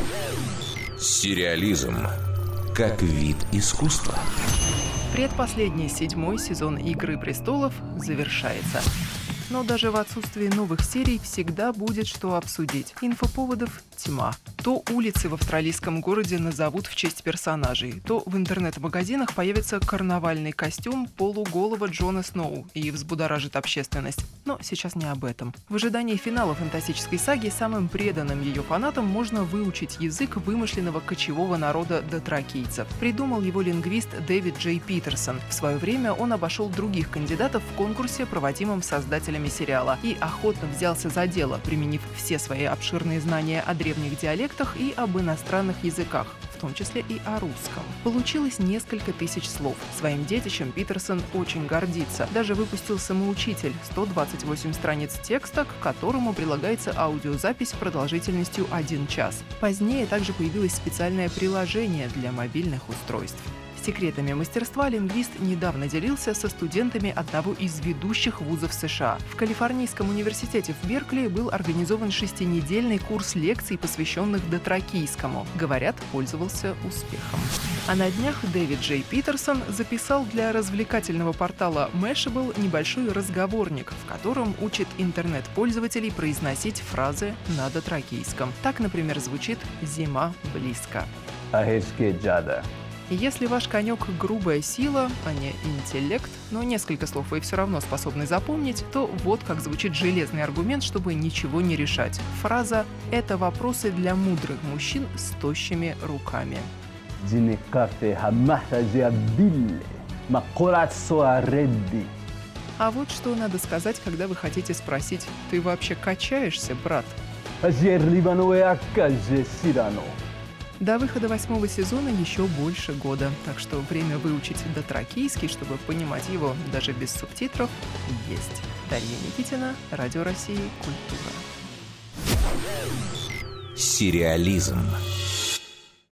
Сериализм как вид искусства. Предпоследний 7-й сезон «Игры престолов» завершается. Но даже в отсутствии новых серий всегда будет что обсудить. Инфоповодов тьма. То улицы в австралийском городе назовут в честь персонажей, то в интернет-магазинах появится карнавальный костюм полуголого Джона Сноу и взбудоражит общественность. Но сейчас не об этом. В ожидании финала фантастической саги самым преданным ее фанатам можно выучить язык вымышленного кочевого народа дотракийцев. Придумал его лингвист Дэвид Джей Питерсон. В свое время он обошел других кандидатов в конкурсе, проводимом создателями сериала, и охотно взялся за дело, применив все свои обширные знания о древних диалектах и об иностранных языках, в том числе и о русском. Получилось несколько тысяч слов. Своим детищем Питерсон очень гордится. Даже выпустил самоучитель, 128 страниц текста, к которому прилагается аудиозапись продолжительностью 1 час. Позднее также появилось специальное приложение для мобильных устройств. Секретами мастерства лингвист недавно делился со студентами одного из ведущих вузов США. В Калифорнийском университете в Беркли был организован 6-недельный курс лекций, посвященных дотракийскому. Говорят, пользовался успехом. А на днях Дэвид Джей Питерсон записал для развлекательного портала Mashable небольшой разговорник, в котором учит интернет-пользователей произносить фразы на дотракийском. Так, например, звучит «Зима близко». Если ваш конек – грубая сила, а не интеллект, но несколько слов вы все равно способны запомнить, то вот как звучит железный аргумент, чтобы ничего не решать. Фраза «это вопросы для мудрых мужчин с тощими руками». А вот что надо сказать, когда вы хотите спросить «ты вообще качаешься, брат?» До выхода 8-го сезона еще больше года, так что время выучить дотракийский, чтобы понимать его даже без субтитров, есть. Дарья Никитина, Радио России, Культура. Сериализм.